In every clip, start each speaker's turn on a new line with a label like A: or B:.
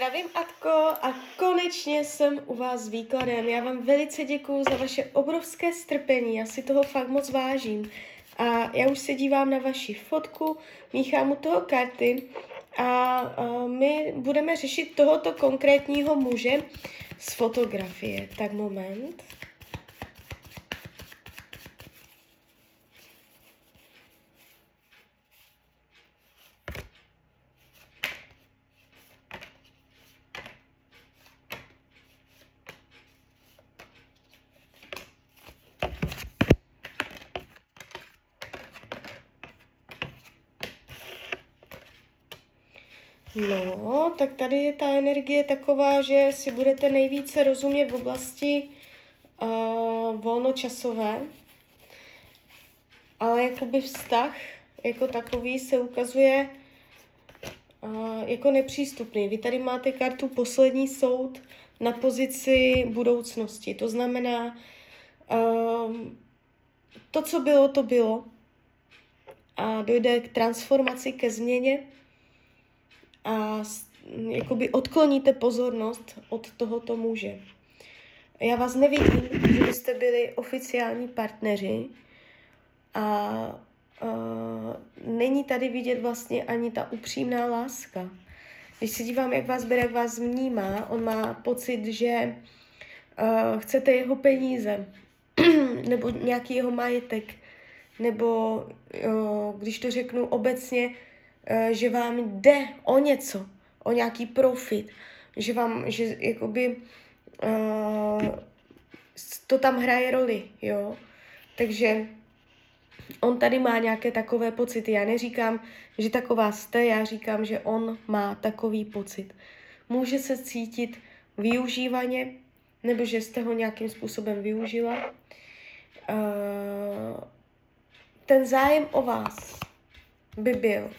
A: Zdravím, Atko, a konečně jsem u vás s výkladem. Já vám velice děkuju za vaše obrovské strpení, já si toho fakt moc vážím. A já už se dívám na vaši fotku, míchám u toho karty a my budeme řešit tohoto konkrétního muže z fotografie. Tak moment. No, tak tady je ta energie taková, že si budete nejvíce rozumět v oblasti volnočasové, ale jakoby vztah jako takový se ukazuje jako nepřístupný. Vy tady máte kartu poslední soud na pozici budoucnosti. To znamená, to, co bylo, to bylo. A dojde k transformaci, ke změně a jakoby odkloníte pozornost od tohoto muže. Já vás nevidím, že byste byli oficiální partneři a není tady vidět vlastně ani ta upřímná láska. Když se dívám, jak vás bere, jak vás vnímá, on má pocit, že chcete jeho peníze nebo nějaký jeho majetek, nebo když to řeknu obecně, že vám jde o něco, o nějaký profit, že jakoby to tam hraje roli, jo. Takže on tady má nějaké takové pocity. Já neříkám, že taková jste, já říkám, že on má takový pocit. Může se cítit využívaně, nebo že jste ho nějakým způsobem využila. Ten zájem o vás by byl.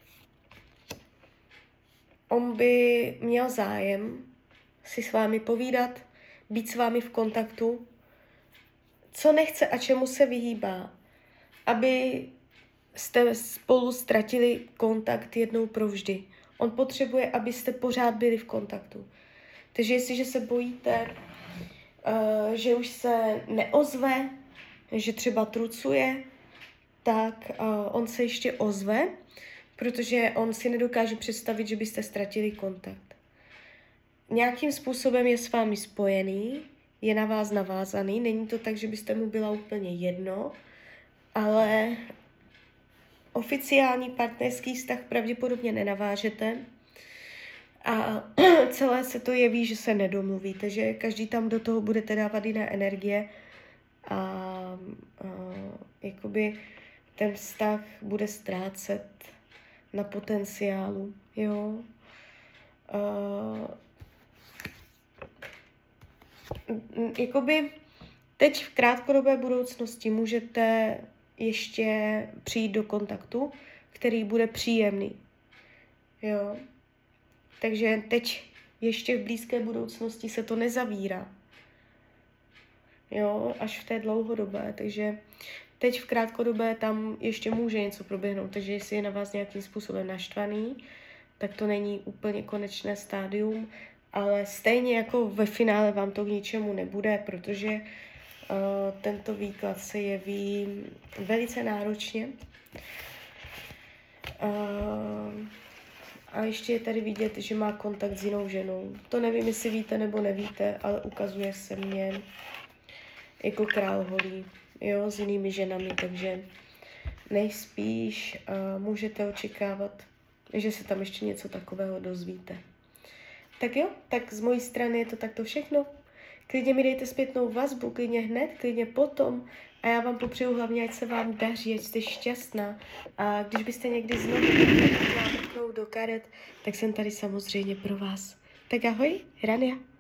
A: On by měl zájem si s vámi povídat, být s vámi v kontaktu. Co nechce a čemu se vyhýbá, aby jste spolu ztratili kontakt jednou provždy. On potřebuje, abyste pořád byli v kontaktu. Takže jestliže se bojíte, že už se neozve, že třeba trucuje, tak on se ještě ozve, protože on si nedokáže představit, že byste ztratili kontakt. Nějakým způsobem je s vámi spojený, je na vás navázaný, není to tak, že byste mu byla úplně jedno, ale oficiální partnerský vztah pravděpodobně nenavážete a celé se to jeví, že se nedomluvíte, že každý tam do toho budete dávat jiné energie a jakoby ten vztah bude ztrácet na potenciálu, jo. Jakoby teď v krátkodobé budoucnosti můžete ještě přijít do kontaktu, který bude příjemný, jo. Takže teď ještě v blízké budoucnosti se to nezavírá, jo, až v té dlouhodobé, takže teď v krátkodobé tam ještě může něco proběhnout, takže jestli je na vás nějakým způsobem naštvaný, tak to není úplně konečné stádium, ale stejně jako ve finále vám to k ničemu nebude, protože tento výklad se jeví velice náročně. A ještě je tady vidět, že má kontakt s jinou ženou. To nevím, jestli víte nebo nevíte, ale ukazuje se mně jako král holí, jo, s jinými ženami, takže nejspíš můžete očekávat, že se tam ještě něco takového dozvíte. Tak jo, tak z mojí strany je to takto všechno. Klidně mi dejte zpětnou vazbu, klidně hned, klidně potom a já vám popřeju hlavně, ať se vám daří, ať jste šťastná a když byste někdy znovu chtěli do karet, tak jsem tady samozřejmě pro vás. Tak ahoj, Rania.